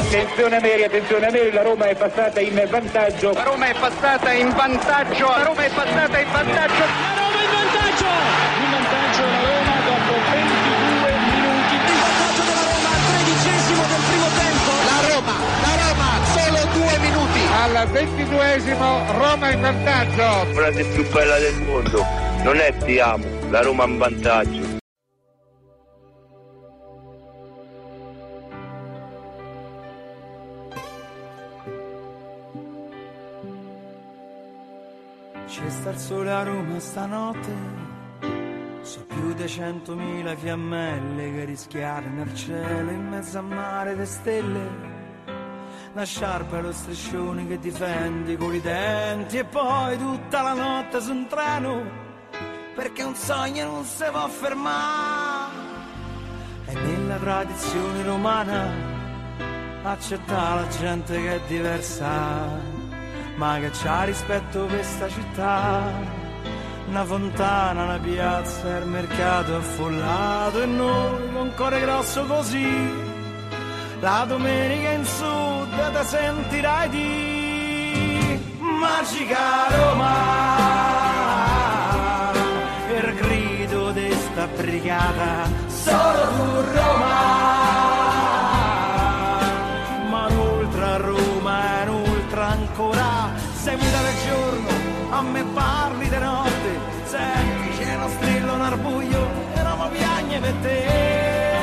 Attenzione Ameri, la Roma è passata in vantaggio. La Roma è passata in vantaggio. La Roma in vantaggio la Roma dopo 22 minuti. Il vantaggio della Roma al 13° del primo tempo. La Roma, solo 2 minuti. Al 22esimo Roma in vantaggio. La frase più bella del mondo non è ti amo, la Roma in vantaggio. C'è sta il sole a Roma stanotte, so più di 100.000 fiammelle che rischiare nel cielo in mezzo a mare di stelle. Una sciarpa e lo striscione che difendi con i denti e poi tutta la notte su un treno, perché un sogno non si può fermare. E nella tradizione romana accettare la gente che è diversa, ma che c'ha rispetto per sta città. Una fontana, una piazza, il mercato affollato e noi con cuore grosso così. La domenica in sud te sentirai di Magica Roma, il grido di sta brigata, solo tu Roma. Ma un'ultra Roma è un'ultra ancora. Sei muta del giorno, a me parli di notte. Senti c'è uno strillo nel buio e Roma piagne per te.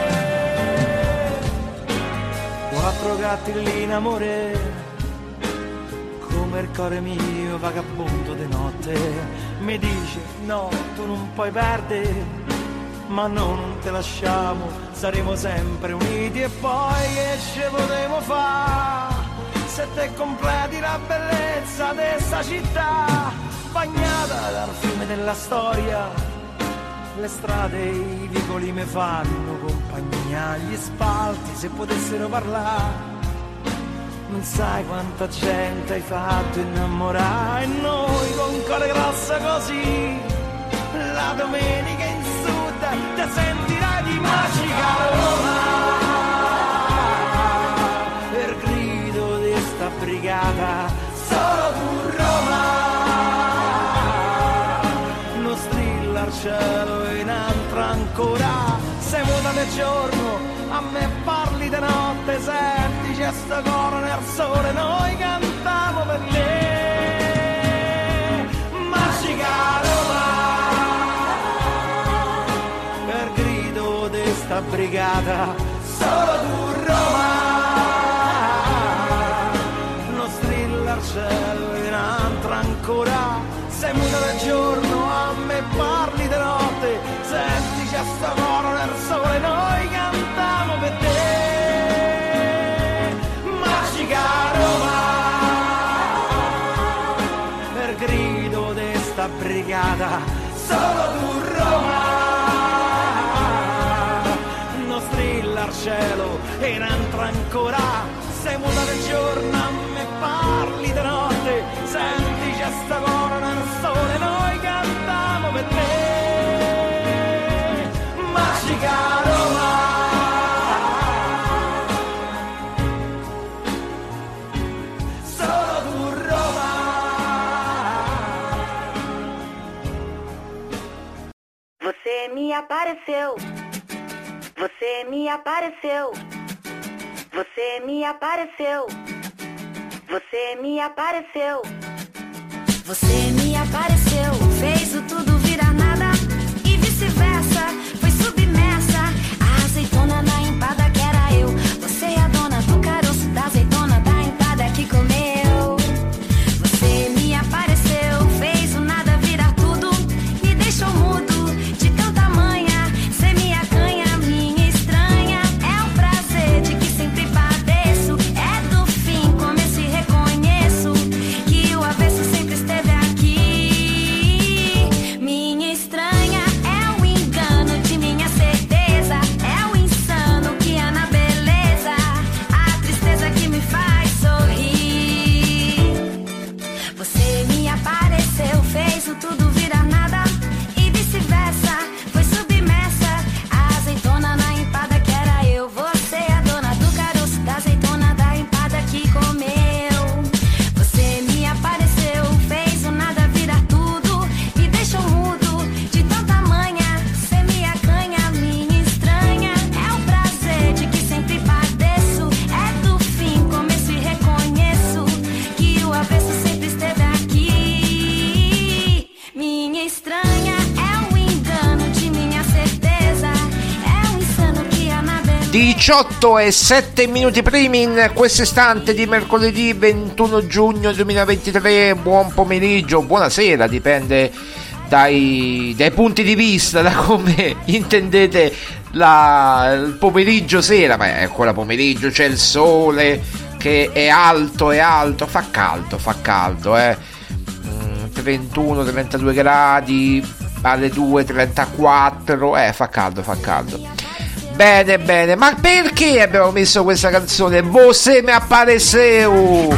4 gatti lì in amore, come il cuore mio vagabondo di notte. Mi dice no, tu non puoi perdere, ma no, non te lasciamo, saremo sempre uniti. E poi che ci potremo fare se te completi la bellezza di sta città, bagnata dal fiume della storia. Le strade e i vicoli mi fanno compagnia, gli spalti se potessero parlare. Non sai quanta gente hai fatto innamorare, e noi con cuore grosso così. La domenica in sud te sentirai di Magica Roma, per grido di sta brigata, solo tu Roma. Non strilla al cielo e in altra ancora. Sei muta nel giorno, a me parli di notte. Senti c'è sto coro nel sole, noi cantiamo per lei. Magica Roma, per grido di sta brigata, solo tu Roma. Non strilla al cielo e in altra ancora. Sei muta del giorno, a me parli di notte. Senti c'è sto coro nel sole, noi cantiamo per te. Magica Roma, per grido di sta brigata, solo tu Roma. Non strilla al cielo e in altra ancora. Sei muta del giorno, a me parli di notte. Senti c'è sto coro nel sole, noi cantiamo per te. Magica Roma, solo tu Roma. Você me apareceu, você me apareceu, você me apareceu, você me apareceu. Você me apareceu, fez o tudo virar nada e vice-versa, foi submersa. A azeitona na empada que era eu, você é a dona do caroço da azeitona da empada que comeu. Você me apareceu, fez o nada virar tudo, me deixou mudo de tanta manha. Cê me acanha, minha estranha, é o prazer de que sempre padeço. É do fim, começo e reconheço que o avesso sempre esteve aqui. Minha estranha, 18:07 primi in questo istante di mercoledì 21 giugno 2023. Buon pomeriggio, buonasera, dipende dai punti di vista, da come intendete il pomeriggio sera. Ma è ancora pomeriggio, c'è il sole che è alto, fa caldo 31-32 gradi, alle 2:34, fa caldo. Bene, ma perché abbiamo messo questa canzone? Você me apareceu!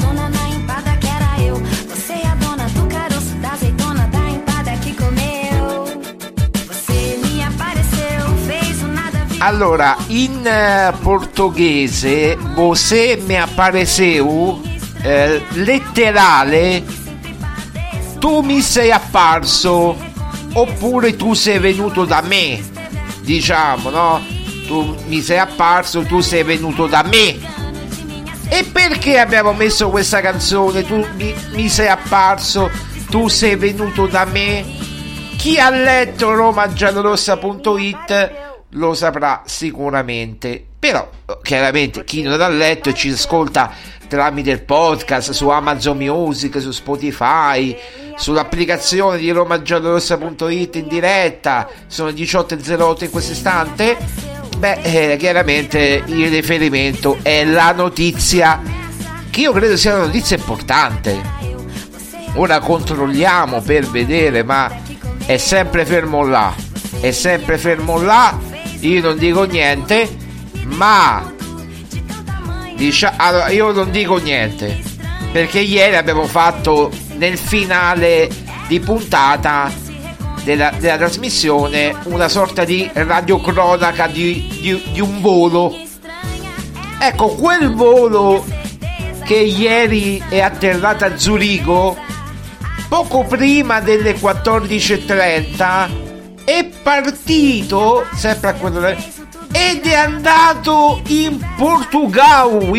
Allora, in portoghese, você me apareceu, letterale, tu mi sei apparso, oppure tu sei venuto da me. Diciamo, no? Tu mi sei apparso, tu sei venuto da me. E perché abbiamo messo questa canzone? Tu mi sei apparso, tu sei venuto da me. Chi ha letto romagiallorossa.it lo saprà sicuramente. Però chiaramente chi non l'ha letto e ci ascolta tramite il podcast su Amazon Music, su Spotify, sull'applicazione di romagiallorossa.it in diretta, sono 18:08 in questo istante. Chiaramente il riferimento è la notizia, che io credo sia una notizia importante. Ora controlliamo per vedere, ma è sempre fermo là, io non dico niente, ma allora, io non dico niente perché ieri abbiamo fatto nel finale di puntata della trasmissione una sorta di radiocronaca di un volo. Ecco, quel volo che ieri è atterrato a Zurigo poco prima delle 14:30 è partito sempre a quello ed è andato in Portogallo.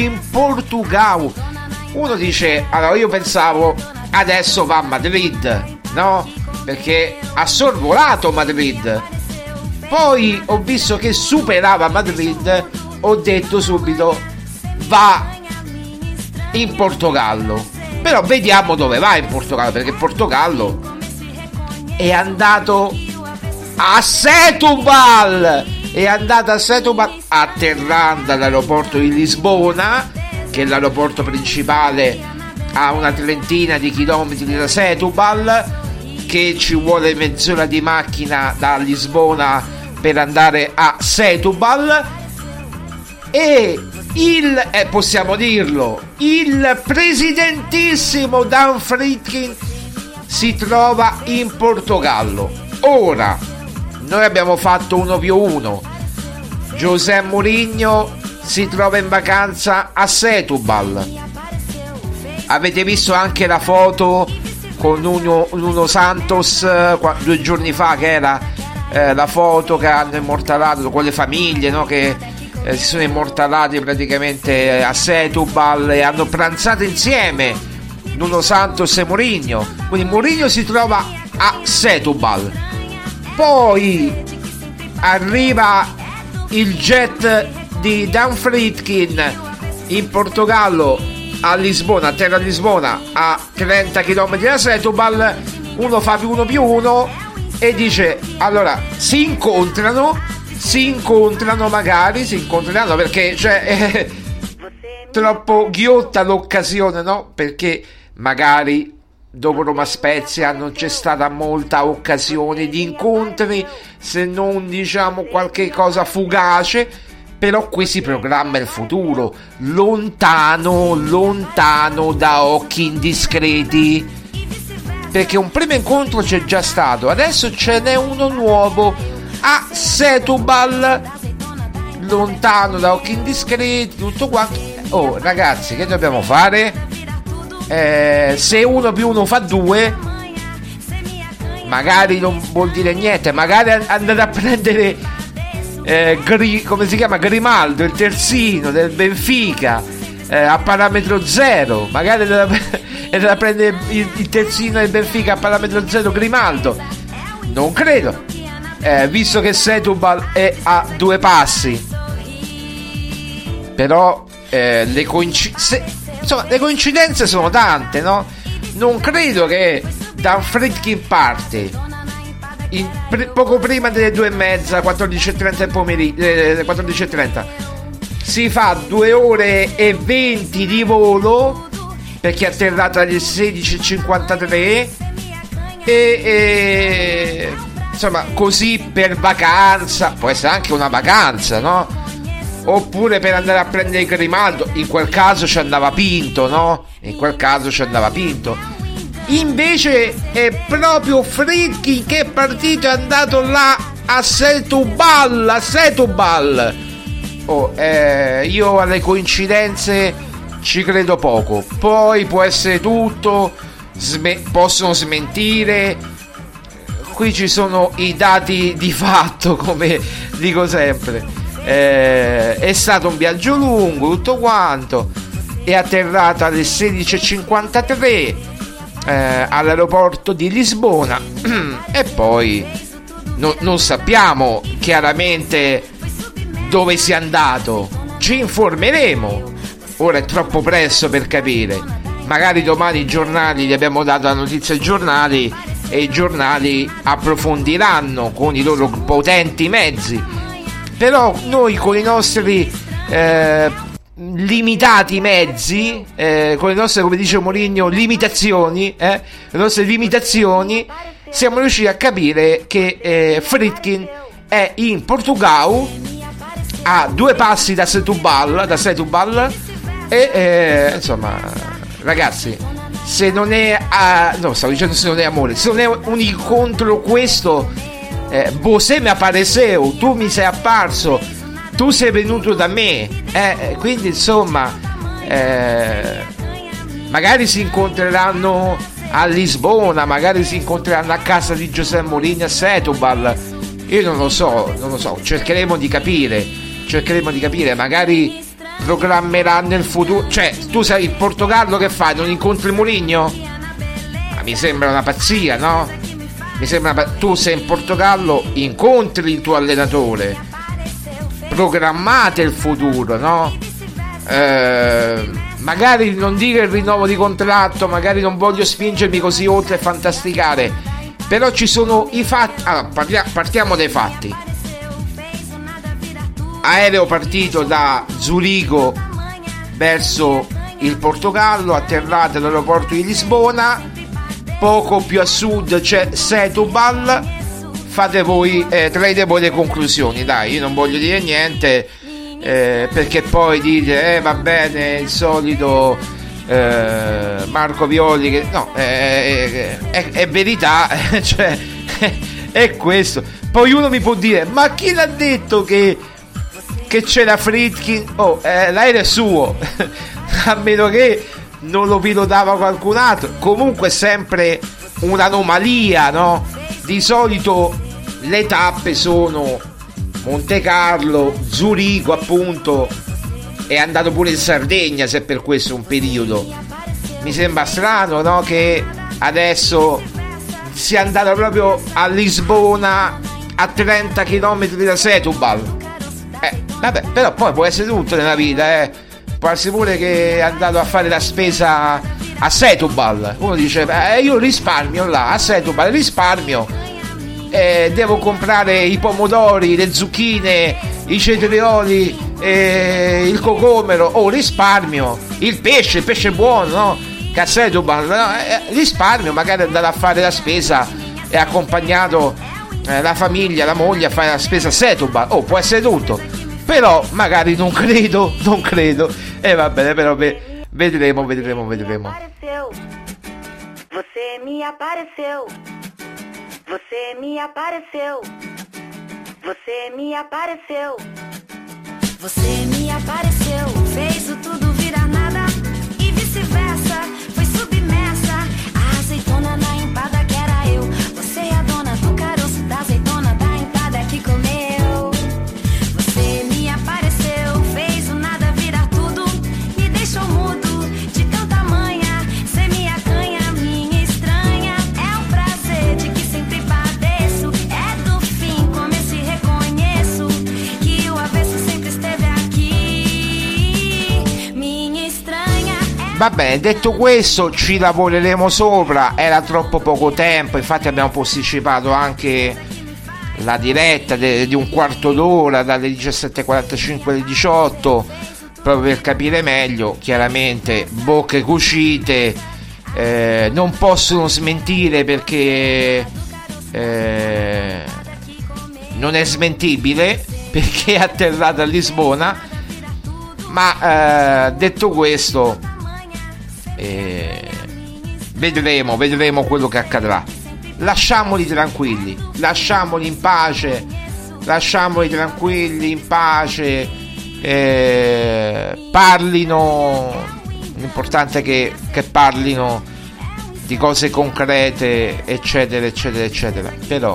Uno dice, allora io pensavo adesso va a Madrid, no? Perché ha sorvolato Madrid, poi ho visto che superava Madrid, ho detto subito va in Portogallo. Però vediamo dove va in Portogallo, perché Portogallo è andato a Setúbal, atterrando all'aeroporto di Lisbona, che è l'aeroporto principale a una trentina di chilometri da Setúbal, che ci vuole mezz'ora di macchina da Lisbona per andare a Setúbal. E possiamo dirlo, il presidentissimo Dan Friedkin si trova in Portogallo. Ora, noi abbiamo fatto 1+1. José Mourinho si trova in vacanza a Setúbal. Avete visto anche la foto con Nuno Santos 2 giorni fa, che era la foto che hanno immortalato con le famiglie, no? Che si sono immortalati praticamente a Setúbal e hanno pranzato insieme, Nuno Santos e Mourinho. Quindi Mourinho si trova a Setúbal. Poi arriva il jet di Dan Friedkin in Portogallo, a Lisbona, a terra Lisbona, a 30 km da Setúbal. Uno fa 1+1 e dice, allora si incontreranno, perché è troppo ghiotta l'occasione, no? Perché magari dopo Roma Spezia non c'è stata molta occasione di incontri, se non diciamo qualche cosa fugace. Però qui si programma il futuro, lontano da occhi indiscreti, perché un primo incontro c'è già stato, adesso ce n'è uno nuovo a Setúbal, lontano da occhi indiscreti, tutto quanto. Oh ragazzi, che dobbiamo fare? Se 1+1 fa 2, magari non vuol dire niente, magari andate a prendere come si chiama, Grimaldo, il terzino del Benfica, a parametro zero. Magari da prendere il terzino del Benfica a parametro zero, Grimaldo. Non credo, visto che Setúbal è a 2 passi. però le coincidenze sono tante, no? Non credo che da un Friedkin parte poco prima delle 2:30, 14:30 del pomeriggio, 14:30 si fa 2 ore e 20 di volo, perché è atterrata alle 16:53 e insomma, così per vacanza, può essere anche una vacanza, no? Oppure per andare a prendere Grimaldo, in quel caso ci andava Pinto, no? In quel caso ci andava Pinto. Invece è proprio Friedkin che è partito, è andato là a Setúbal. Io alle coincidenze ci credo poco. Poi può essere tutto, possono smentire. Qui ci sono i dati di fatto, come dico sempre. È stato un viaggio lungo, tutto quanto. È atterrata alle 16:53 all'aeroporto di Lisbona e poi non sappiamo chiaramente dove sia andato. Ci informeremo. Ora è troppo presto per capire. Magari domani i giornali, gli abbiamo dato la notizia ai giornali e i giornali approfondiranno con i loro potenti mezzi. Però noi con i nostri limitati mezzi, con le nostre, come dice Mourinho, limitazioni, le nostre limitazioni, siamo riusciti a capire che Friedkin è in Portogallo, a 2 passi da Setúbal e insomma, ragazzi, se non è no, stavo dicendo se non è amore, se non è un incontro questo, você me apareceu, tu mi sei apparso, tu sei venuto da me, quindi insomma, magari si incontreranno a Lisbona, magari si incontreranno a casa di José Mourinho a Setúbal, io non lo so, cercheremo di capire, magari programmeranno il futuro. Cioè, tu sei in Portogallo, che fai? Non incontri Mourinho? Ma mi sembra una pazzia, no? Tu sei in Portogallo, incontri il tuo allenatore, programmate il futuro, no? Magari non dire il rinnovo di contratto, magari non voglio spingermi così oltre e fantasticare, però ci sono i fatti. Allora, partiamo dai fatti. Aereo partito da Zurigo verso il Portogallo, atterrato all'aeroporto di Lisbona. Poco più a sud c'è Setúbal. Traete voi le conclusioni, dai, io non voglio dire niente, perché poi dite va bene il solito Marco Violi, che no, è verità, cioè è questo. Poi uno mi può dire, ma chi l'ha detto che c'era Friedkin? L'aereo è suo a meno che non lo pilotava qualcun altro. Comunque è sempre un'anomalia, no? Di solito le tappe sono Monte Carlo, Zurigo, appunto. È andato pure in Sardegna, se per questo un periodo. Mi sembra strano, no? Che adesso sia andato proprio a Lisbona, a 30 km da Setúbal. Vabbè, però poi può essere tutto nella vita, può essere pure che è andato a fare la spesa a Setúbal. Uno dice, io risparmio là, a Setúbal risparmio, devo comprare i pomodori, le zucchine, i cetrioli, il cocomero, risparmio, il pesce è buono, no? Che a Setúbal, no? Risparmio, magari andare a fare la spesa e accompagnato la famiglia, la moglie a fare la spesa a Setúbal. Può essere tutto. Però magari non credo. Va bene, però vedremo. Você me apareceu. Você me apareceu. Você me apareceu. Você me apareceu. Fez o tudo virar nada e vice-versa. Foi submersa. A azeitona na empada que era eu. Você é a dona do caroço da azeitona da empada que comeu. Você me apareceu, fez o nada virar tudo, me deixou mudo de tanta manha. Cê me acanha, minha estranha. É um prazer de que sempre padeço. É do fim, começo e reconheço que o avesso sempre esteve aqui. Va bene, detto questo, ci lavoreremo sopra. Era troppo poco tempo, infatti abbiamo posticipato anche la diretta di un quarto d'ora, dalle 17:45 alle 18, proprio per capire meglio. Chiaramente bocche cucite, non possono smentire perché non è smentibile, perché è atterrata a Lisbona. Ma detto questo, vedremo quello che accadrà. Lasciamoli tranquilli, lasciamoli in pace, parlino. L'importante è che parlino di cose concrete, eccetera eccetera eccetera. Però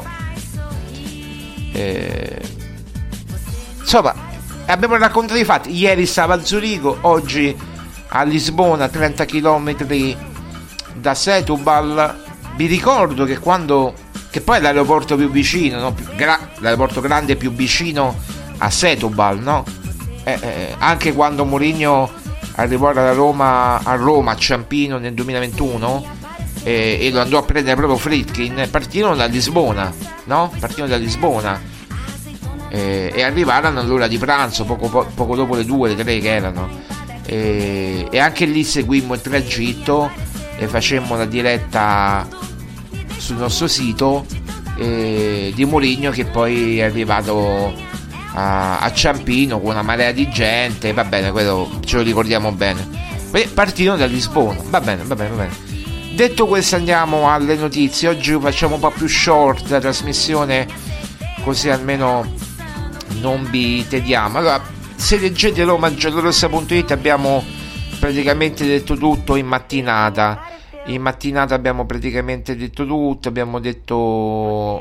insomma, abbiamo raccontato i fatti. Ieri stava a Zurigo, oggi a Lisbona, 30 km da Setúbal. Vi ricordo che che poi è l'aeroporto più vicino, no? L'aeroporto grande più vicino a Setúbal, no? Anche quando Mourinho arrivò a Roma a Ciampino nel 2021 e lo andò a prendere proprio Friedkin, partirono da Lisbona, no? E arrivarono all'ora di pranzo, poco dopo le 2, le 3 che erano, e anche lì seguimmo il tragitto e facemmo la diretta sul nostro sito di Mourinho, che poi è arrivato a Ciampino con una marea di gente. Va bene, quello ce lo ricordiamo bene. Partirono da Lisbona. Va bene. Detto questo, andiamo alle notizie. Oggi facciamo un po' più short la trasmissione, così almeno non vi tediamo. Allora, se leggete romagiallorossa.it abbiamo praticamente detto tutto in mattinata. In mattinata abbiamo praticamente detto tutto. Abbiamo detto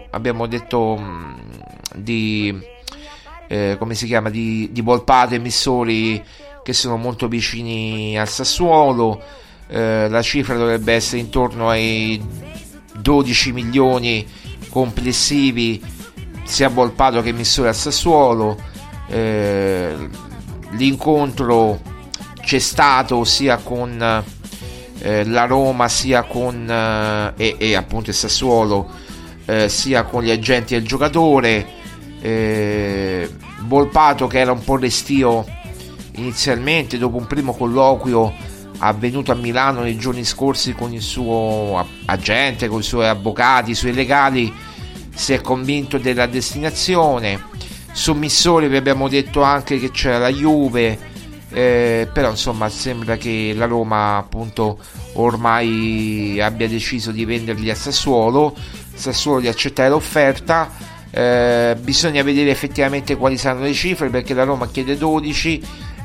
di come si chiama, di Volpato e Missori, che sono molto vicini al Sassuolo. La cifra dovrebbe essere intorno ai 12 milioni complessivi, sia Volpato che Missori al Sassuolo. L'incontro c'è stato sia con la Roma, sia con e appunto il Sassuolo, sia con gli agenti del giocatore. Volpato, che era un po' restio inizialmente, dopo un primo colloquio avvenuto a Milano nei giorni scorsi con il suo agente, con i suoi avvocati, i suoi legali, si è convinto della destinazione. Su Missori vi abbiamo detto anche che c'era la Juve, però insomma sembra che la Roma appunto ormai abbia deciso di venderli a Sassuolo di accettare l'offerta. Bisogna vedere effettivamente quali saranno le cifre, perché la Roma chiede 12,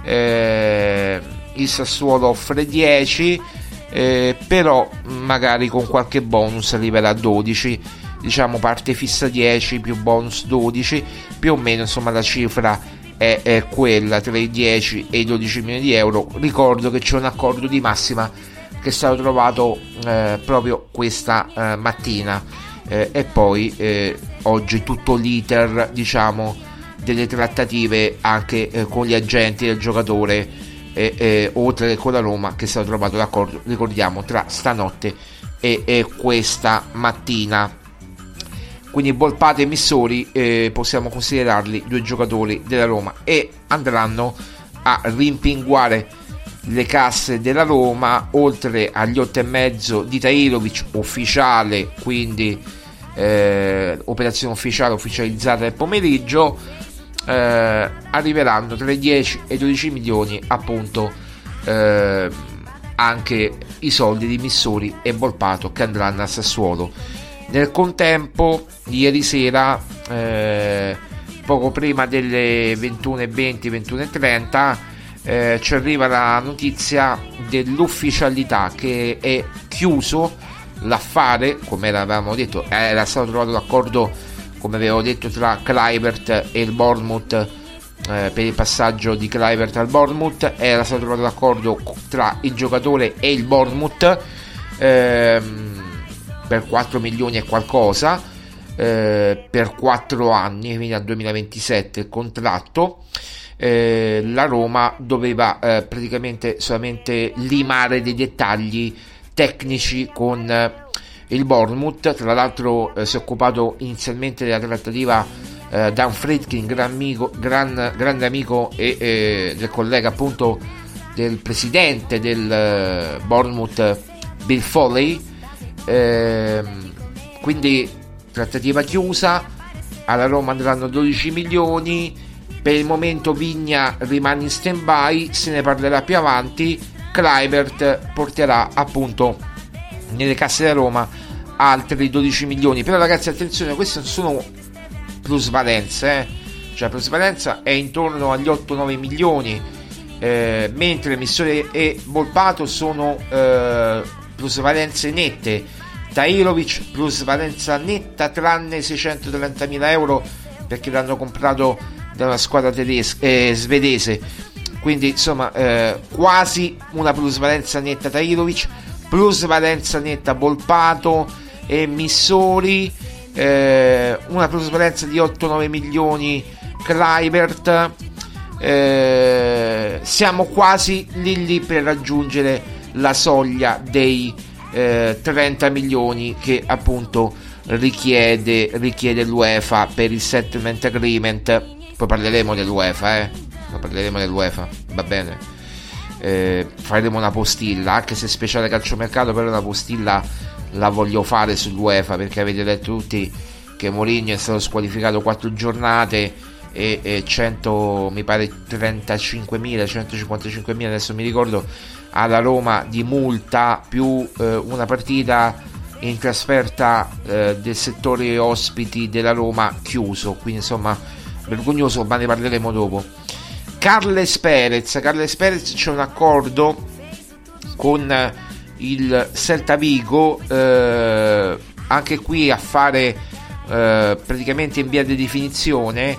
il Sassuolo offre 10, però magari con qualche bonus arriverà a 12, diciamo parte fissa 10 più bonus 12, più o meno insomma la cifra è quella tra i 10 e i 12 milioni di euro. Ricordo che c'è un accordo di massima che è stato trovato proprio questa mattina, e poi oggi tutto l'iter, diciamo, delle trattative anche con gli agenti del giocatore, oltre che con la Roma, che è stato trovato l'accordo, ricordiamo, tra stanotte e questa mattina. Quindi Volpato e Missori possiamo considerarli due giocatori della Roma e andranno a rimpinguare le casse della Roma, oltre agli 8,5 di Tahirovic ufficiale, quindi operazione ufficiale ufficializzata nel pomeriggio. Arriveranno tra i 10 e i 12 milioni appunto anche i soldi di Missori e Volpato, che andranno a Sassuolo. Nel contempo, ieri sera, poco prima delle 21:20, 21:30, ci arriva la notizia dell'ufficialità che è chiuso l'affare, come avevamo detto. Era stato trovato l'accordo, come avevo detto, tra Kluivert e il Bournemouth, per il passaggio di Kluivert al Bournemouth. Era stato trovato l'accordo tra il giocatore e il Bournemouth per 4 milioni e qualcosa, per 4 anni, quindi al 2027 il contratto. la Roma doveva praticamente solamente limare dei dettagli tecnici con il Bournemouth. Tra l'altro si è occupato inizialmente della trattativa Dan Friedkin, grande amico e del collega appunto del presidente del Bournemouth, Bill Foley. Quindi trattativa chiusa, alla Roma andranno 12 milioni, per il momento Vigna rimane in stand by, se ne parlerà più avanti. Kluivert porterà appunto nelle casse della Roma altri 12 milioni. Però ragazzi, attenzione, queste non sono plusvalenze, cioè la plusvalenza è intorno agli 8-9 milioni, mentre Missori e Volpato sono plusvalenze nette. Tahirovic plusvalenza netta tranne 630.000 euro perché l'hanno comprato da una squadra svedese, quindi insomma quasi una plusvalenza netta Tahirovic, plusvalenza netta Volpato e Missori, una plusvalenza di 8-9 milioni Kluivert. Siamo quasi lì per raggiungere la soglia dei 30 milioni che appunto richiede l'UEFA per il settlement agreement. Poi parleremo dell'UEFA, va bene, faremo una postilla, anche se speciale calciomercato, però una postilla la voglio fare sull'UEFA, perché avete letto tutti che Mourinho è stato squalificato 4 giornate e 100, mi pare 35.000, 155.000, adesso mi ricordo, alla Roma di multa, più una partita in trasferta del settore ospiti della Roma chiuso, quindi insomma vergognoso, ma ne parleremo dopo. Carles Perez, c'è un accordo con il Celta Vigo, anche qui affare praticamente in via di definizione.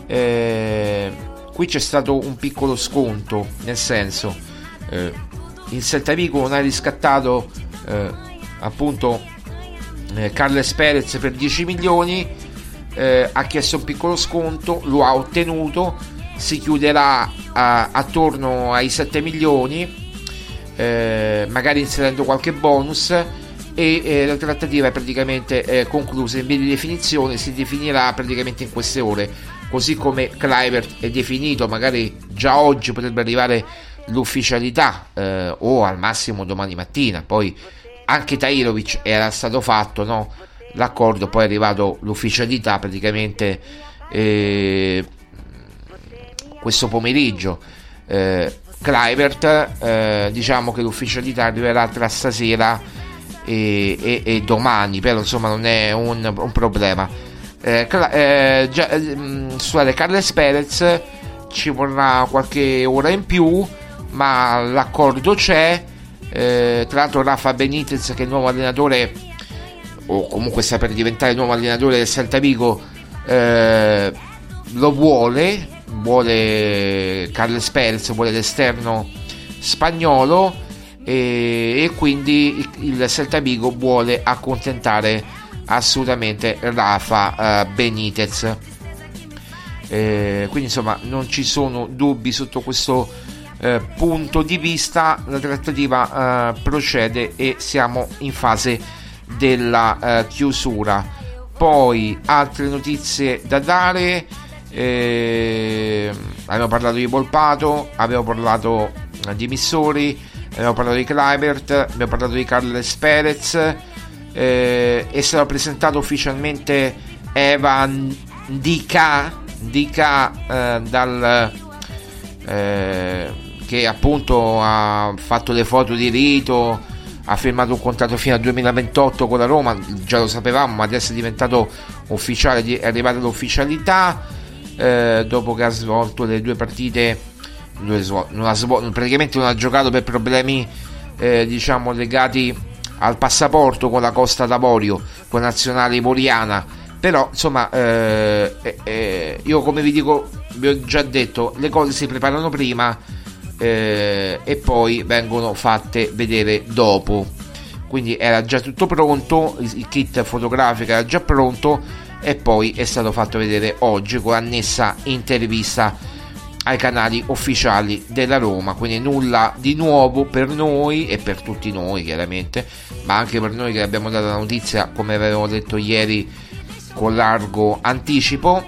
Qui c'è stato un piccolo sconto, nel senso il Celta Vigo non ha riscattato appunto Carles Perez per 10 milioni, ha chiesto un piccolo sconto, lo ha ottenuto, si chiuderà attorno ai 7 milioni, magari inserendo qualche bonus, e la trattativa è praticamente conclusa in via di definizione, si definirà praticamente in queste ore, così come Kluivert è definito, magari già oggi potrebbe arrivare l'ufficialità, o al massimo domani mattina. Poi anche Tahirovic era stato fatto, no? L'accordo, poi è arrivato l'ufficialità praticamente questo pomeriggio. Kluivert, diciamo che l'ufficialità arriverà tra stasera e domani, però insomma non è un problema. Scusate, Carles Perez ci vorrà qualche ora in più, ma l'accordo c'è. Tra l'altro Rafa Benitez, che è il nuovo allenatore, o comunque sta per diventare il nuovo allenatore del Celta Vigo, lo vuole Carles Perez, vuole l'esterno spagnolo, e quindi il Celta Vigo vuole accontentare assolutamente Rafa Benitez, quindi insomma non ci sono dubbi sotto questo punto di vista. La trattativa procede e siamo in fase della chiusura. Poi altre notizie da dare, abbiamo parlato di Volpato, abbiamo parlato di Missori, abbiamo parlato di Kluivert, abbiamo parlato di Carles Perez, è stato presentato ufficialmente Evan Dika che appunto ha fatto le foto di rito, ha firmato un contratto fino al 2028 con la Roma, già lo sapevamo, ma adesso è diventato ufficiale, è arrivata l'ufficialità, dopo che ha svolto le 2 partite, praticamente non ha giocato per problemi diciamo legati al passaporto con la Costa d'Avorio, con la nazionale ivoriana. Però insomma io, come vi ho già detto, le cose si preparano prima e poi vengono fatte vedere dopo. Quindi era già tutto pronto, il kit fotografico era già pronto, e poi è stato fatto vedere oggi con annessa intervista ai canali ufficiali della Roma, quindi nulla di nuovo per noi e per tutti noi chiaramente, ma anche per noi che abbiamo dato la notizia, come avevo detto ieri, con largo anticipo.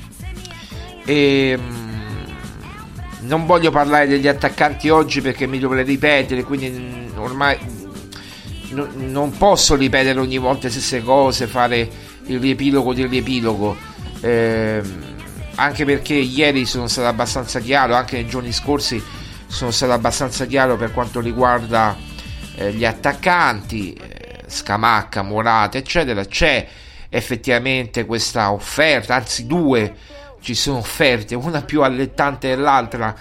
E non voglio parlare degli attaccanti oggi perché mi dovrei ripetere, quindi ormai non posso ripetere ogni volta le stesse cose, fare il riepilogo del riepilogo, anche perché ieri sono stato abbastanza chiaro, anche nei giorni scorsi sono stato abbastanza chiaro per quanto riguarda gli attaccanti, Scamacca, Morata eccetera. C'è effettivamente questa offerta, anzi due ci sono offerte, una più allettante dell'altra,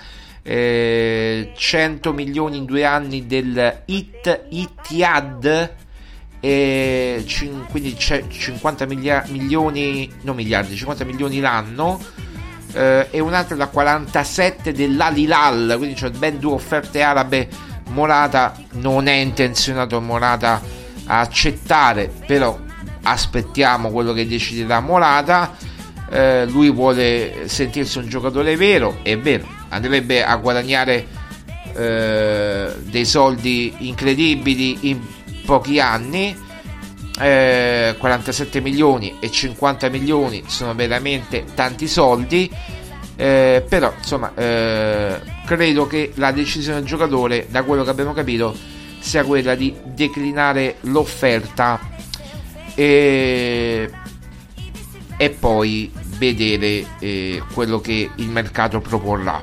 100 milioni in 2 anni del Etihad, quindi c'è 50 milioni, non miliardi, 50 milioni l'anno, e un'altra da 47 dell'Al Hilal, quindi c'è ben 2 offerte arabe. Morata non è intenzionato Morata a accettare, però aspettiamo quello che deciderà Morata. Lui vuole sentirsi un giocatore vero, è vero, andrebbe a guadagnare dei soldi incredibili in pochi anni, 47 milioni e 50 milioni sono veramente tanti soldi, però insomma credo che la decisione del giocatore, da quello che abbiamo capito, sia quella di declinare l'offerta e poi vedere quello che il mercato proporrà.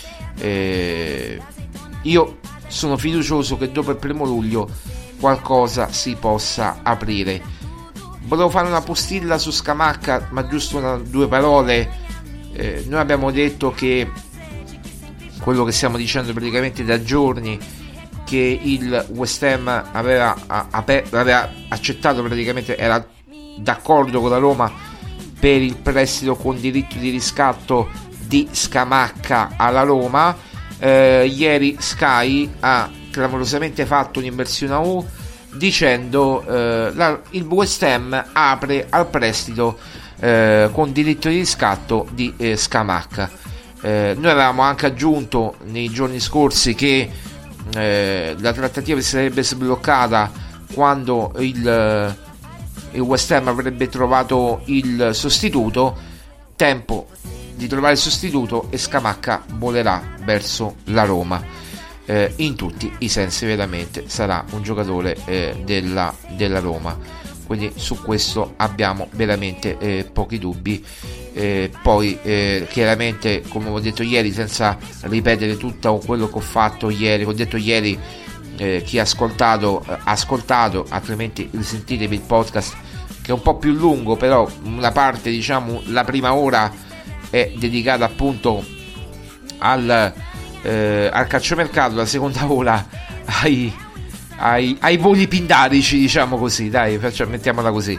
Io sono fiducioso che dopo il 1 luglio qualcosa si possa aprire. Volevo fare una postilla su Scamacca, ma giusto 2 parole. Noi abbiamo detto che quello che stiamo dicendo praticamente da giorni, che il West Ham aveva accettato, praticamente era d'accordo con la Roma per il prestito con diritto di riscatto di Scamacca alla Roma. Ieri Sky ha clamorosamente fatto un'inversione a U dicendo il West Ham apre al prestito con diritto di riscatto di Scamacca. Noi avevamo anche aggiunto nei giorni scorsi che la trattativa si sarebbe sbloccata quando il West Ham avrebbe trovato il sostituto. Tempo di trovare il sostituto e Scamacca volerà verso la Roma, in tutti i sensi, veramente sarà un giocatore della Roma, quindi su questo abbiamo veramente pochi dubbi. Poi chiaramente, come ho detto ieri, senza ripetere tutto quello che ho fatto ieri, ho detto ieri, chi ha ascoltato, altrimenti risentitevi il podcast che è un po' più lungo, però una parte, diciamo la prima ora è dedicata appunto al calciomercato, la seconda ora ai voli pindarici, diciamo così, dai, mettiamola così,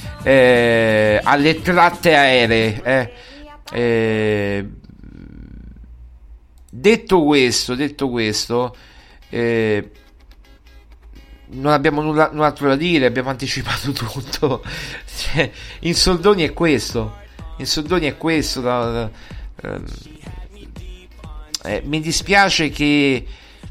alle tratte aeree. Detto questo, non abbiamo null'altro da dire, abbiamo anticipato tutto. Cioè, in soldoni è questo. Mi dispiace che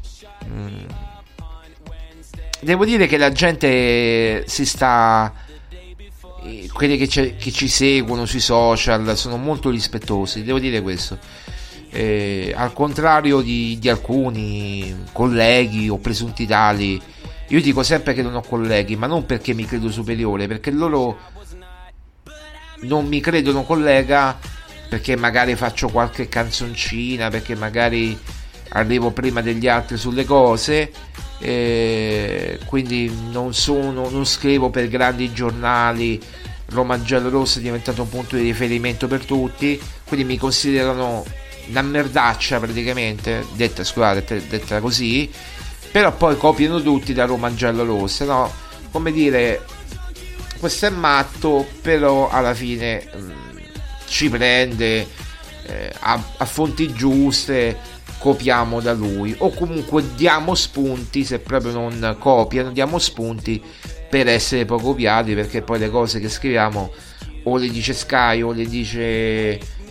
devo dire che la gente si sta, quelli che ci seguono sui social sono molto rispettosi, devo dire questo, al contrario di alcuni colleghi o presunti tali. Io dico sempre che non ho colleghi, ma non perché mi credo superiore, perché loro non mi credono collega, perché magari faccio qualche canzoncina, perché magari arrivo prima degli altri sulle cose, quindi non scrivo per grandi giornali. Roma giallorossa è diventato un punto di riferimento per tutti, quindi mi considerano una merdaccia praticamente, detta così. Però poi copiano tutti da Roma giallorossa, no? Come dire, questo è matto, però alla fine ci prende, a fonti giuste copiamo da lui, o comunque diamo spunti, se proprio non copiano diamo spunti per essere poi copiati, perché poi le cose che scriviamo o le dice Sky o le dice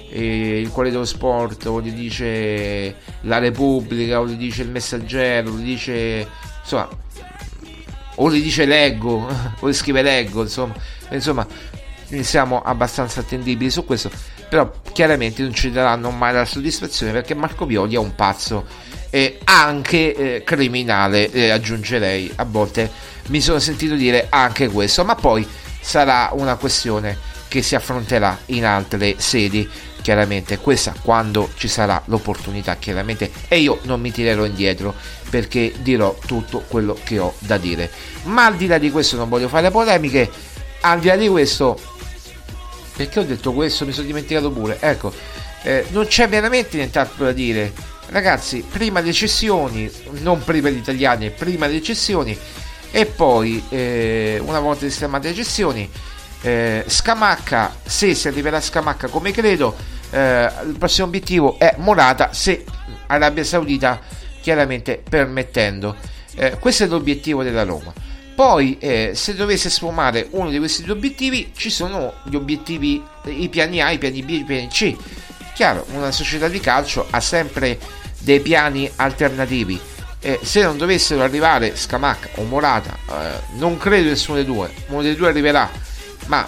il Corriere dello Sport, o li dice la Repubblica, o li dice il Messaggero, o li dice, insomma, o li dice Leggo, o li scrive Leggo, insomma siamo abbastanza attendibili su questo, però chiaramente non ci daranno mai la soddisfazione, perché Marco Violi è un pazzo e anche criminale, aggiungerei. A volte mi sono sentito dire anche questo, ma poi sarà una questione che si affronterà in altre sedi, chiaramente, questa quando ci sarà l'opportunità, chiaramente, e io non mi tirerò indietro, perché dirò tutto quello che ho da dire. Ma al di là di questo non voglio fare polemiche. Al di là di questo, perché ho detto questo? Mi sono dimenticato pure. Ecco, non c'è veramente nient'altro da dire, ragazzi. Prima le cessioni, non prima gli italiani, prima le cessioni, e poi una volta sistemate le cessioni, Scamacca, se si arriverà a Scamacca come credo, il prossimo obiettivo è Morata, se Arabia Saudita chiaramente permettendo. Questo è l'obiettivo della Roma. Poi se dovesse sfumare uno di questi due obiettivi, ci sono gli obiettivi, i piani A, i piani B, i piani C. Chiaro, una società di calcio ha sempre dei piani alternativi. Se non dovessero arrivare Scamacca o Morata, non credo nessuno dei due, uno dei due arriverà, ma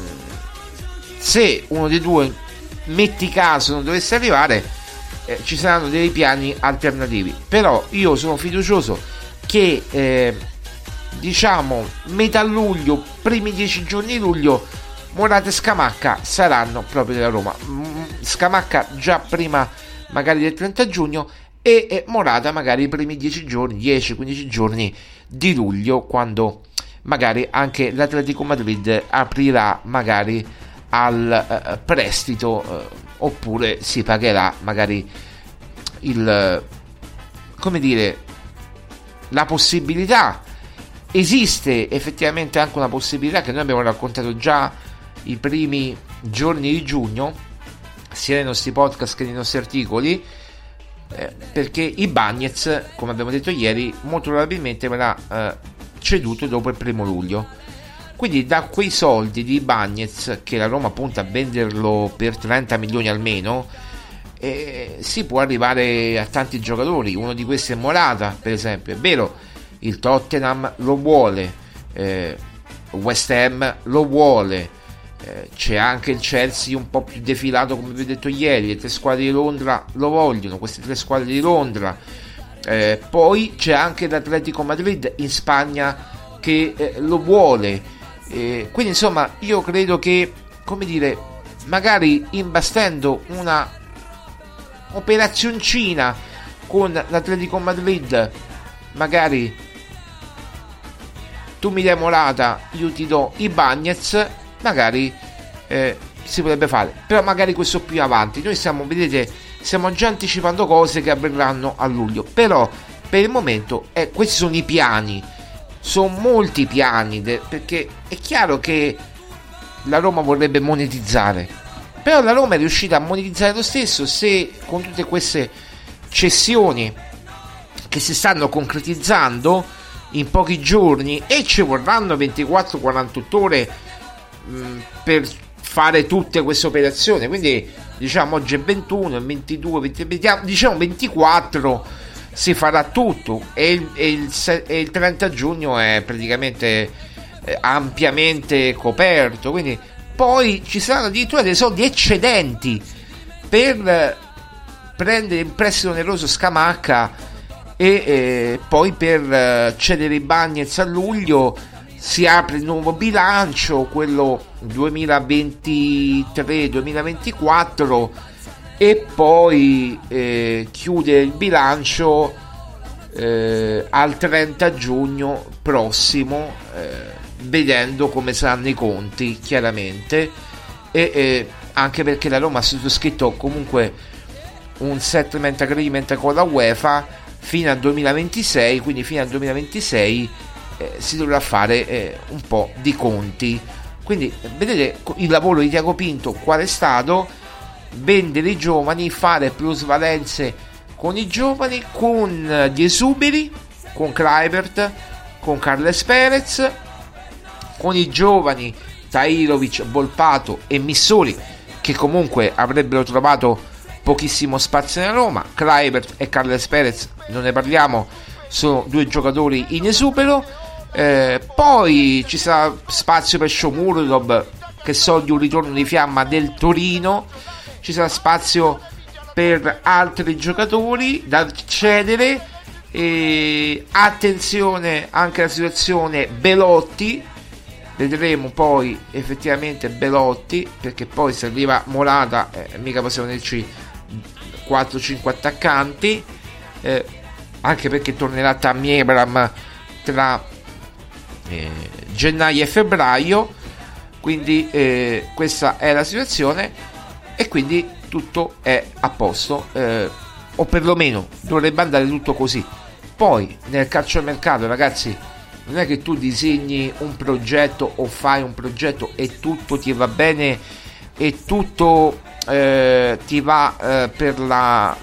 se uno dei due, metti caso, non dovesse arrivare, ci saranno dei piani alternativi. Però io sono fiducioso che diciamo metà luglio, primi 10 giorni di luglio, Morata e Scamacca saranno proprio della Roma. Scamacca già prima magari del 30 giugno e Morata magari i primi 10 giorni, 10-15 giorni di luglio, quando magari anche l'Atletico Madrid aprirà magari al prestito, oppure si pagherà magari la possibilità. Esiste effettivamente anche una possibilità che noi abbiamo raccontato già i primi giorni di giugno, sia nei nostri podcast che nei nostri articoli, perché Ibañez, come abbiamo detto ieri, molto probabilmente verrà ceduto dopo il 1 luglio. Quindi da quei soldi di Ibañez, che la Roma punta a venderlo per 30 milioni almeno, si può arrivare a tanti giocatori. Uno di questi è Morata, per esempio. È vero, il Tottenham lo vuole, West Ham lo vuole, c'è anche il Chelsea un po' più defilato, come vi ho detto ieri, le 3 squadre di Londra lo vogliono, queste 3 squadre di Londra, poi c'è anche l'Atletico Madrid in Spagna che lo vuole, quindi insomma io credo che, come dire, magari imbastendo una operazioncina con l'Atletico Madrid, magari tu mi dai Morata, io ti do Ibañez, magari si potrebbe fare, però magari questo più avanti. Noi stiamo già anticipando cose che avverranno a luglio, però per il momento questi sono i piani, sono molti piani, perché è chiaro che la Roma vorrebbe monetizzare, però la Roma è riuscita a monetizzare lo stesso, se con tutte queste cessioni che si stanno concretizzando in pochi giorni, e ci vorranno 24-48 ore per fare tutte queste operazioni. Quindi diciamo oggi è 21, è 22, 23, diciamo 24 si farà tutto, e il 30 giugno è praticamente ampiamente coperto. Quindi poi ci saranno addirittura dei soldi eccedenti per prendere in prestito oneroso Scamacca, e poi per cedere Ibañez a luglio si apre il nuovo bilancio, quello 2023-2024, e poi chiude il bilancio al 30 giugno prossimo, vedendo come saranno i conti, chiaramente, e anche perché la Roma ha sottoscritto comunque un settlement agreement con la UEFA fino al 2026, quindi fino al 2026 si dovrà fare un po' di conti. Quindi vedete il lavoro di Tiago Pinto qual è stato: vendere i giovani, fare plusvalenze con i giovani, con gli esuberi, con Kluivert, con Carles Perez, con i giovani Tahirovic, Volpato e Missoli, che comunque avrebbero trovato pochissimo spazio nella Roma. Kluivert e Carles Perez, non ne parliamo, sono due giocatori in esubero. Poi ci sarà spazio per Shomurodov, che so di un ritorno di fiamma del Torino. Ci sarà spazio per altri giocatori da cedere. Attenzione anche alla situazione Belotti, vedremo poi effettivamente Belotti, perché poi se arriva Morata mica possiamo dirci 4-5 attaccanti, anche perché tornerà Tammy Abraham tra gennaio e febbraio, quindi questa è la situazione e quindi tutto è a posto, o perlomeno dovrebbe andare tutto così. Poi nel calciomercato, ragazzi, non è che tu disegni un progetto o fai un progetto e tutto ti va bene e tutto ti va per la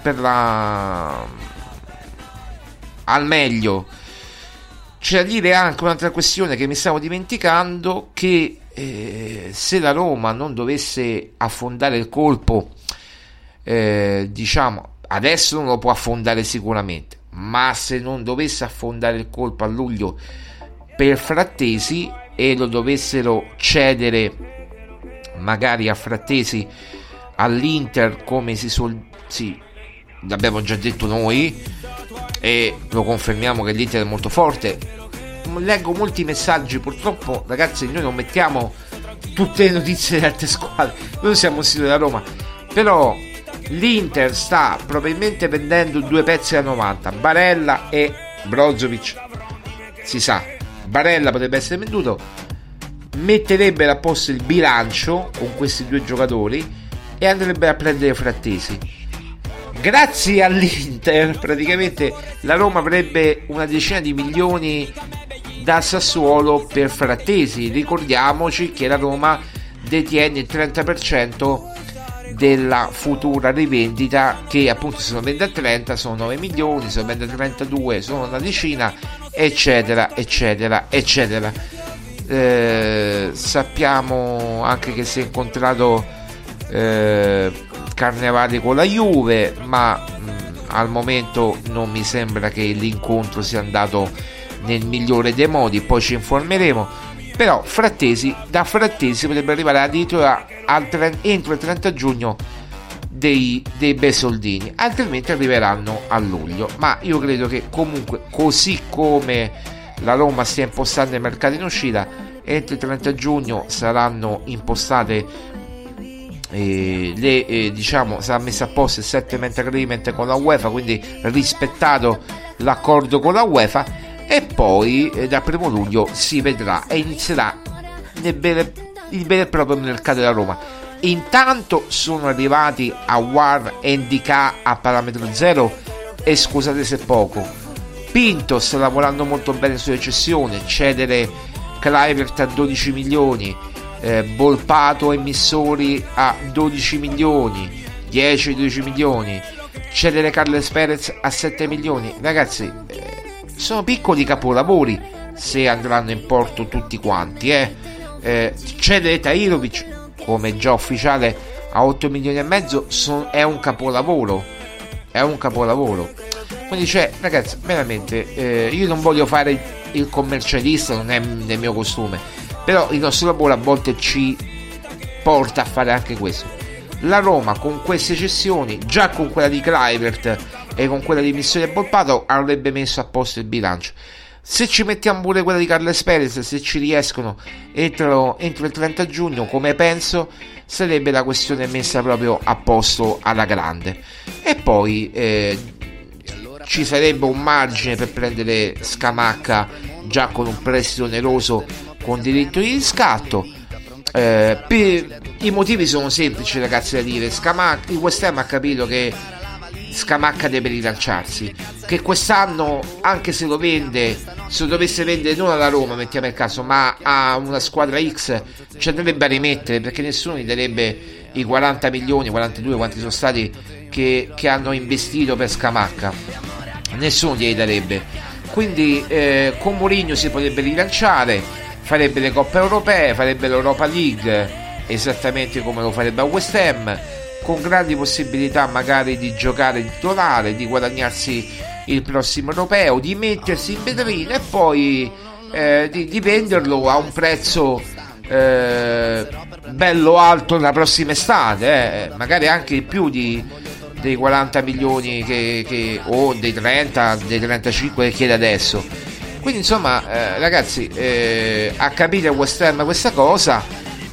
al meglio. C'è da dire anche un'altra questione che mi stavo dimenticando, che se la Roma non dovesse affondare il colpo, diciamo adesso non lo può affondare sicuramente, ma se non dovesse affondare il colpo a luglio per Frattesi e lo dovessero cedere magari a Frattesi all'Inter, come l'abbiamo già detto noi e lo confermiamo che l'Inter è molto forte. Leggo molti messaggi, purtroppo ragazzi noi non mettiamo tutte le notizie delle altre squadre, noi siamo un sito della Roma, però l'Inter sta probabilmente vendendo due pezzi da 90, Barella e Brozovic. Si sa, Barella potrebbe essere venduto, metterebbe a posto il bilancio con questi due giocatori e andrebbe a prendere Frattesi. Grazie all'Inter praticamente la Roma avrebbe una decina di milioni da Sassuolo per Frattesi. Ricordiamoci che la Roma detiene il 30% della futura rivendita, che appunto se lo vende a 30 sono 9 milioni, se lo vende a 32 sono una decina, eccetera eccetera eccetera. Sappiamo anche che si è incontrato Carnevali con la Juve, ma al momento non mi sembra che l'incontro sia andato nel migliore dei modi, poi ci informeremo. Però da Frattesi potrebbe arrivare addirittura entro il 30 giugno dei bei soldini, altrimenti arriveranno a luglio. Ma io credo che comunque, così come la Roma stia impostando i mercati in uscita, entro il 30 giugno saranno impostate diciamo sarà messo a posto il settlement agreement con la UEFA, quindi rispettato l'accordo con la UEFA, e poi dal 1 luglio si vedrà e inizierà il vero e proprio mercato della Roma. Intanto sono arrivati Aouar e Ndicà a parametro zero, e scusate se poco, Pinto sta lavorando molto bene sulla cessione, cedere Kluivert a 12 milioni, Volpato e Missori a 12 milioni, 10-12 milioni, cedere Carles Perez a 7 milioni. Ragazzi, sono piccoli capolavori se andranno in porto tutti quanti. Cedere Tahirovic, come già ufficiale, a 8 milioni e mezzo è un capolavoro. Quindi ragazzi, veramente io non voglio fare il commercialista, non è nel mio costume, però il nostro lavoro a volte ci porta a fare anche questo. La Roma con queste cessioni, già con quella di Kluivert e con quella di Missori e Volpato, avrebbe messo a posto il bilancio. Se ci mettiamo pure quella di Carles Perez, se ci riescono entro il 30 giugno, come penso, sarebbe la questione messa proprio a posto alla grande. E poi ci sarebbe un margine per prendere Scamacca già con un prestito oneroso con diritto di riscatto. I motivi sono semplici, ragazzi, da dire. Il West Ham ha capito che Scamacca deve rilanciarsi, che quest'anno, anche se lo dovesse vendere non alla Roma, mettiamo il caso, ma a una squadra X, ci andrebbe a rimettere, perché nessuno gli darebbe i 40 milioni, 42 quanti sono stati che hanno investito per Scamacca, nessuno glieli darebbe. Quindi con Mourinho si potrebbe rilanciare, farebbe le coppe europee, farebbe l'Europa League esattamente come lo farebbe a West Ham, con grandi possibilità magari di giocare il titolare, di guadagnarsi il prossimo europeo, di mettersi in vetrina e poi di venderlo a un prezzo bello alto la prossima estate, magari anche più dei 40 milioni o dei 30, dei 35 che chiede adesso. Quindi insomma ragazzi, ha capito West Ham questa cosa,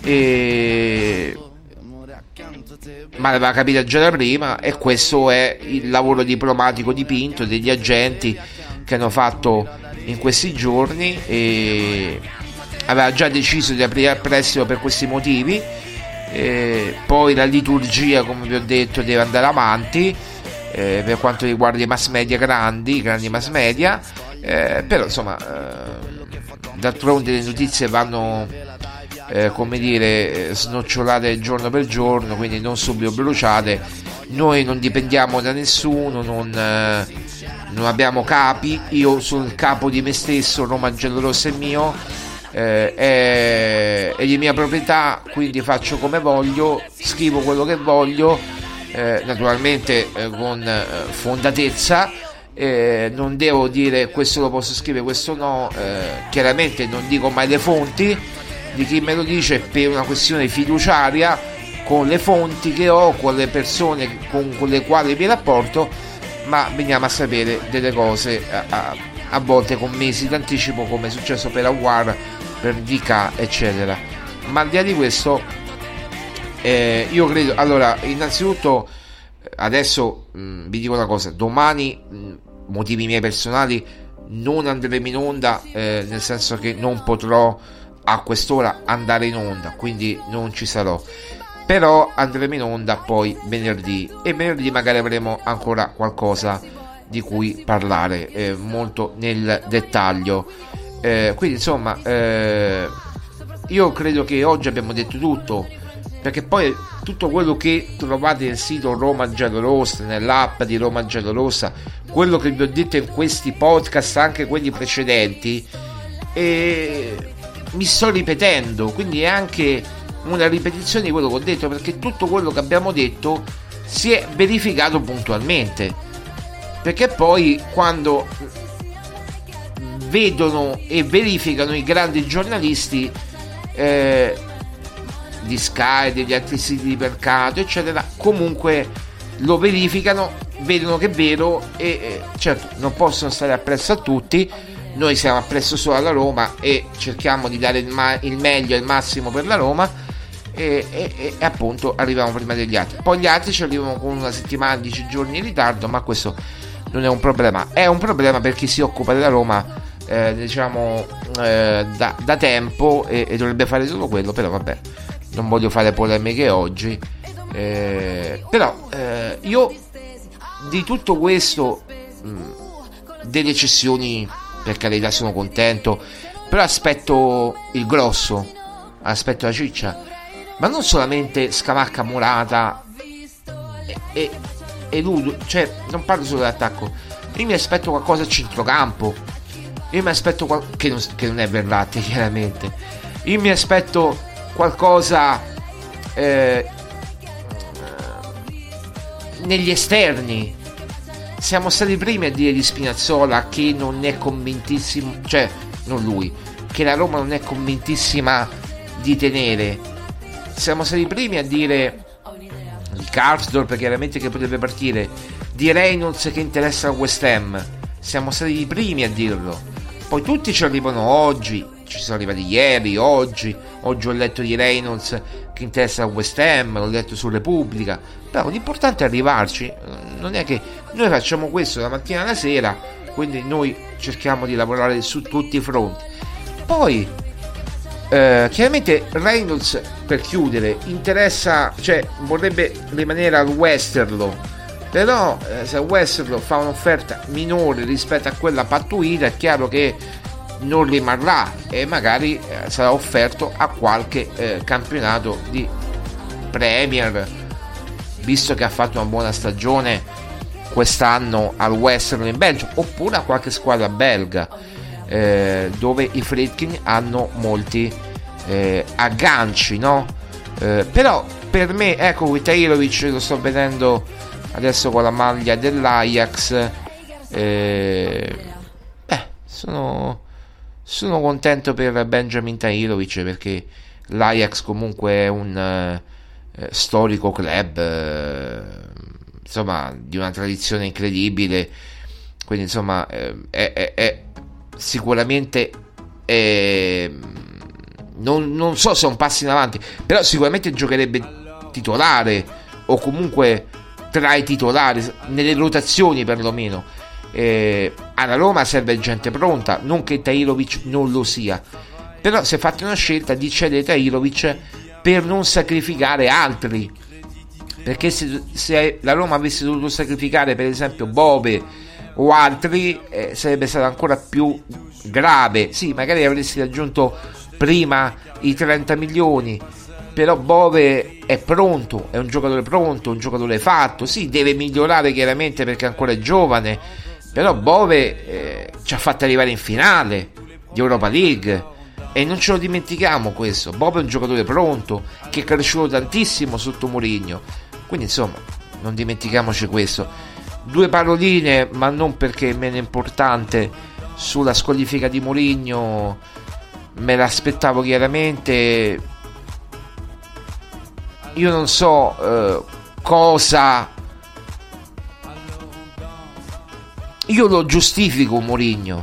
ma l'aveva capita già da prima, e questo è il lavoro diplomatico di Pinto, degli agenti che hanno fatto in questi giorni, e aveva già deciso di aprire al prestito per questi motivi. Poi la liturgia, come vi ho detto, deve andare avanti per quanto riguarda i mass media, grandi mass media, però insomma d'altronde le notizie vanno come dire snocciolate giorno per giorno, quindi non subito bruciate. Noi non dipendiamo da nessuno, non abbiamo capi. Io sono il capo di me stesso, Roma Giallorossa è mio, è di mia proprietà, quindi faccio come voglio, scrivo quello che voglio, naturalmente con fondatezza, non devo dire questo lo posso scrivere, questo no, chiaramente non dico mai le fonti di chi me lo dice, per una questione fiduciaria con le fonti che ho, con le persone con le quali mi rapporto, ma veniamo a sapere delle cose a volte con mesi d'anticipo, come è successo per Aouar, per DK eccetera. Ma al di là di questo io credo, allora, innanzitutto adesso vi dico una cosa: domani, motivi miei personali, non andremo in onda, nel senso che non potrò a quest'ora andare in onda, quindi non ci sarò, però andremo in onda poi venerdì, e venerdì magari avremo ancora qualcosa di cui parlare molto nel dettaglio, quindi insomma io credo che oggi abbiamo detto tutto, perché poi tutto quello che trovate nel sito Roma Giallorossa, nell'app di Roma Giallorossa, quello che vi ho detto in questi podcast, anche quelli precedenti, mi sto ripetendo, quindi è anche una ripetizione di quello che ho detto, perché tutto quello che abbiamo detto si è verificato puntualmente, perché poi quando vedono e verificano i grandi giornalisti di Sky, degli altri siti di mercato eccetera, comunque lo verificano, vedono che è vero, e certo non possono stare appresso a tutti. Noi siamo appresso solo alla Roma e cerchiamo di dare il meglio e il massimo per la Roma, e appunto arriviamo prima degli altri. Poi gli altri ci arrivano con una settimana, 10 giorni in ritardo, ma questo non è un problema. È un problema per chi si occupa della Roma da tempo, e dovrebbe fare solo quello. Però vabbè, non voglio fare polemiche oggi, però io di tutto questo, delle cessioni, per carità, sono contento, però aspetto il grosso, aspetto la ciccia, ma non solamente Scamacca, Morata e Ludo, cioè non parlo solo dell'attacco. Io mi aspetto qualcosa a centrocampo, io mi aspetto che non è Verratti chiaramente, io mi aspetto qualcosa negli esterni. Siamo stati i primi a dire di Spinazzola che non è convintissimo, cioè non lui, che la Roma non è convintissima di tenere. Siamo stati i primi a dire di Karsdorp chiaramente che potrebbe partire, di Reynolds che interessa a West Ham. Siamo stati i primi a dirlo. Poi tutti ci arrivano oggi, ci sono arrivati ieri, oggi ho letto di Reynolds che interessa a West Ham, l'ho letto su Repubblica. Però l'importante è arrivarci, non è che noi facciamo questo la mattina alla sera, quindi noi cerchiamo di lavorare su tutti i fronti. Poi chiaramente Reynolds, per chiudere, interessa, cioè vorrebbe rimanere al Westerlo, però se Westerlo fa un'offerta minore rispetto a quella pattuita, è chiaro che non rimarrà e magari sarà offerto a qualche campionato di Premier, visto che ha fatto una buona stagione quest'anno al Western in Belgio, oppure a qualche squadra belga, dove i Friedkin hanno molti agganci, no? Però per me, ecco, Tahirovic lo sto vedendo adesso con la maglia dell'Ajax, sono contento per Benjamin Tahirovic, perché l'Ajax comunque è un storico club, insomma, di una tradizione incredibile, quindi insomma è sicuramente non so se è un passo in avanti, però sicuramente giocherebbe titolare, o comunque tra i titolari nelle rotazioni perlomeno. Alla Roma serve gente pronta, non che Tahirovic non lo sia, però si è fatta una scelta di cedere Tahirovic per non sacrificare altri, perché se la Roma avesse dovuto sacrificare per esempio Bove o altri, sarebbe stato ancora più grave. Sì, magari avresti raggiunto prima i 30 milioni, però Bove è pronto, è un giocatore pronto, un giocatore fatto. Sì, deve migliorare chiaramente perché ancora è giovane, però Bove ci ha fatto arrivare in finale di Europa League e non ce lo dimentichiamo questo. Bove è un giocatore pronto che è cresciuto tantissimo sotto Mourinho, quindi insomma non dimentichiamoci questo. Due paroline, ma non perché è meno importante, sulla squalifica di Mourinho. Me l'aspettavo chiaramente. Io non so cosa. Io lo giustifico Mourinho,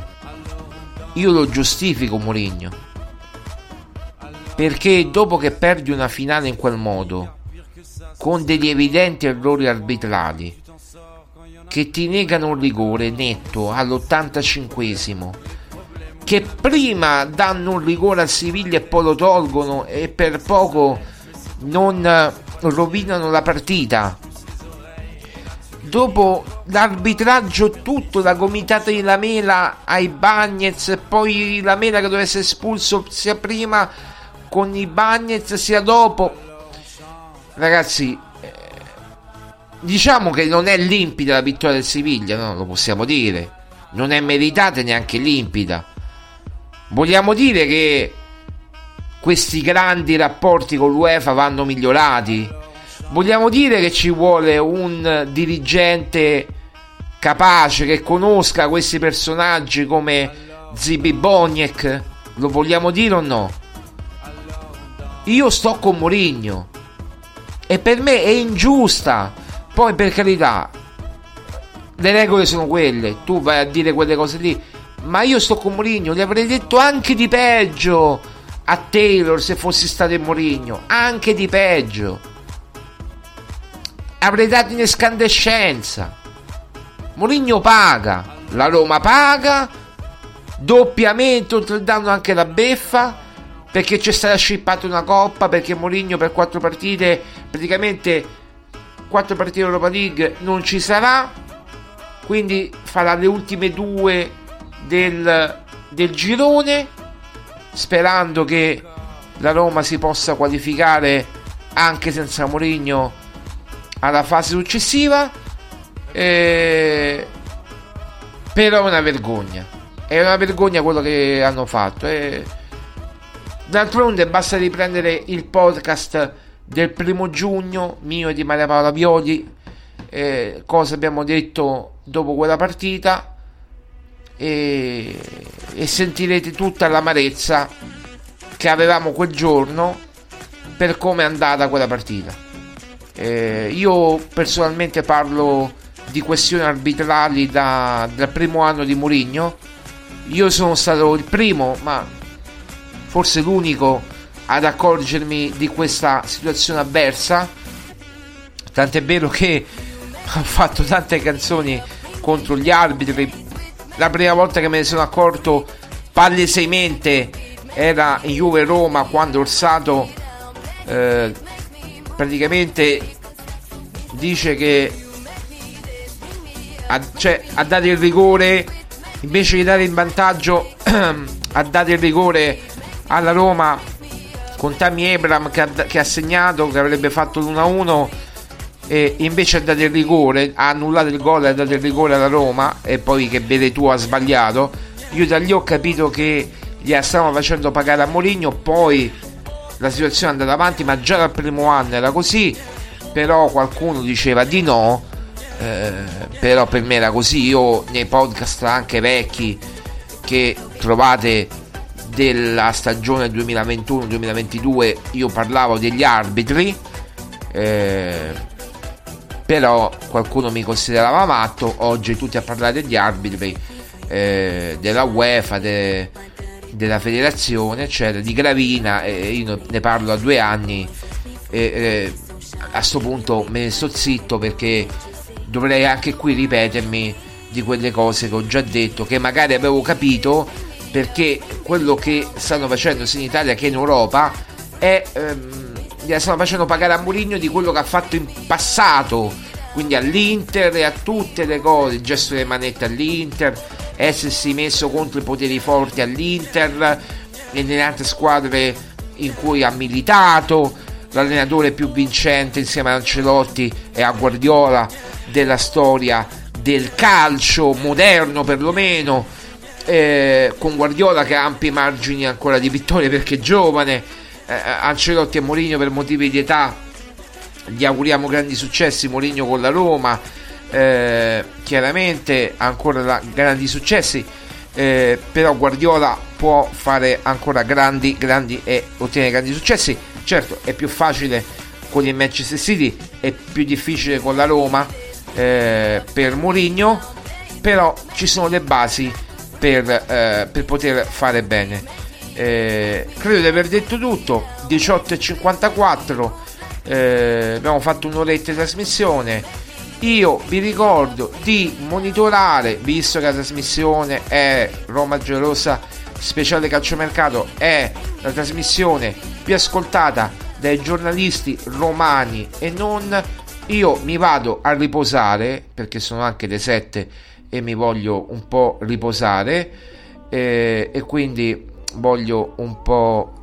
perché dopo che perdi una finale in quel modo, con degli evidenti errori arbitrali che ti negano un rigore netto all'85esimo, che prima danno un rigore al Siviglia e poi lo tolgono e per poco non rovinano la partita, dopo l'arbitraggio tutto, da gomitata di Lamela ai Bagnez e poi Lamela che doveva essere espulso sia prima con i Bagnez sia dopo. Ragazzi, diciamo che non è limpida la vittoria del Siviglia, no? Lo possiamo dire, non è meritata neanche limpida. Vogliamo dire che questi grandi rapporti con l'UEFA vanno migliorati? Vogliamo dire che ci vuole un dirigente capace, che conosca questi personaggi come Zibi Boniek? Lo vogliamo dire o no? Io sto con Mourinho e per me è ingiusta. Poi, per carità, le regole sono quelle, tu vai a dire quelle cose lì, ma io sto con Mourinho. Gli avrei detto anche di peggio a Taylor se fossi stato in Mourinho, anche di peggio. Avrei dato in escandescenza. Mourinho paga, la Roma paga doppiamente, oltre danno anche la beffa, perché c'è stata scippata una coppa, perché Mourinho per 4 partite, praticamente 4 partite Europa League non ci sarà, quindi farà le ultime 2 del girone, sperando che la Roma si possa qualificare anche senza Mourinho alla fase successiva. Però è una vergogna quello che hanno fatto. D'altronde basta riprendere il podcast del 1 giugno mio e di Maria Paola Violi, cosa abbiamo detto dopo quella partita, e sentirete tutta l'amarezza che avevamo quel giorno per come è andata quella partita. Io personalmente parlo di questioni arbitrali dal primo anno di Mourinho. Io sono stato il primo, ma forse l'unico, ad accorgermi di questa situazione avversa, tant'è vero che ho fatto tante canzoni contro gli arbitri. La prima volta che me ne sono accorto palesemente era in Juve Roma, quando Orsato praticamente dice che ha dato il rigore, invece di dare il vantaggio ha dato il rigore alla Roma con Tammy Abraham che ha segnato, che avrebbe fatto l'1-1, e invece ha dato il rigore, ha annullato il gol e ha dato il rigore alla Roma, e poi che vede tu ha sbagliato. Io da lì ho capito che gli stavano facendo pagare a Mourinho. Poi la situazione è andata avanti, ma già dal primo anno era così, però qualcuno diceva di no, però per me era così. Io nei podcast anche vecchi che trovate della stagione 2021-2022 io parlavo degli arbitri, però qualcuno mi considerava matto. Oggi tutti a parlare degli arbitri, della UEFA, della federazione, eccetera, di Gravina, io ne parlo da 2 anni, a sto punto me ne sto zitto, perché dovrei anche qui ripetermi di quelle cose che ho già detto, che magari avevo capito, perché quello che stanno facendo sia in Italia che in Europa è gli stanno facendo pagare a Mourinho di quello che ha fatto in passato, quindi all'Inter e a tutte le cose, il gesto delle manette all'Inter, essersi messo contro i poteri forti all'Inter e nelle altre squadre in cui ha militato, l'allenatore più vincente insieme a Ancelotti e a Guardiola della storia del calcio moderno, perlomeno, con Guardiola che ha ampi margini ancora di vittoria perché è giovane, Ancelotti e Mourinho per motivi di età gli auguriamo grandi successi. Mourinho con la Roma chiaramente ancora grandi successi, però Guardiola può fare ancora grandi e ottenere grandi successi. Certo, è più facile con il Manchester City, è più difficile con la Roma per Mourinho, però ci sono le basi per poter fare bene. Credo di aver detto tutto. 18:54, abbiamo fatto un'oretta di trasmissione. Io vi ricordo di monitorare, visto che la trasmissione è Roma Giallorossa speciale calciomercato, è la trasmissione più ascoltata dai giornalisti romani e non. Io mi vado a riposare perché sono anche le 7 e mi voglio un po' riposare, e quindi voglio un po'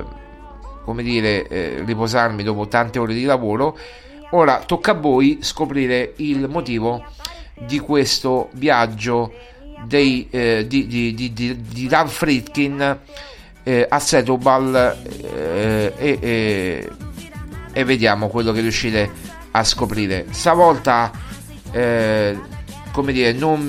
riposarmi dopo tante ore di lavoro. Ora tocca a voi scoprire il motivo di questo viaggio di Dan Friedkin a Setúbal, e vediamo quello che riuscite a scoprire. Stavolta non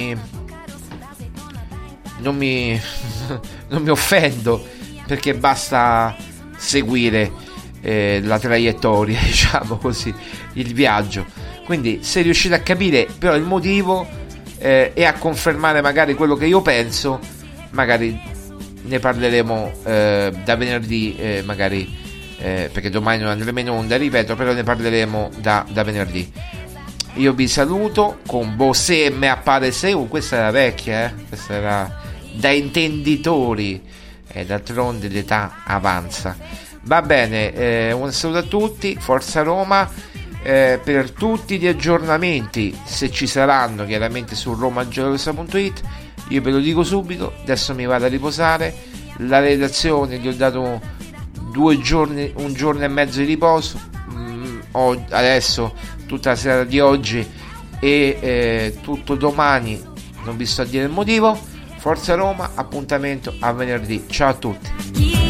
mi offendo, perché basta seguire la traiettoria, diciamo così, il viaggio. Quindi se riuscite a capire però il motivo e a confermare magari quello che io penso, magari ne parleremo da venerdì, perché domani non andremo in onda, ripeto, però ne parleremo da venerdì. Io vi saluto con Você me apareceu, questa era vecchia, questa era da intenditori, d'altronde l'età avanza. Va bene, un saluto a tutti, Forza Roma. Per tutti gli aggiornamenti, se ci saranno, chiaramente su romagiallorossa.it, io ve lo dico subito. Adesso mi vado a riposare, la redazione gli ho dato 2 giorni, 1 giorno e mezzo di riposo, adesso tutta la serata di oggi e tutto domani, non vi sto a dire il motivo. Forza Roma, appuntamento a venerdì, ciao a tutti.